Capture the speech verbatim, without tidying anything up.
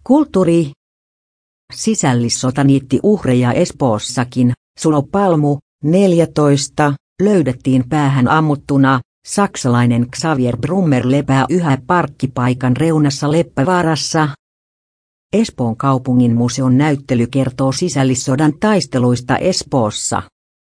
Kulttuuri. Sisällissota niitti uhreja Espoossakin. Sulo Palmu, neljätoista, löydettiin päähän ammuttuna. Saksalainen Xavier Brummer lepää yhä parkkipaikan reunassa Leppävaarassa. Espoon kaupungin museon näyttely kertoo sisällissodan taisteluista Espoossa.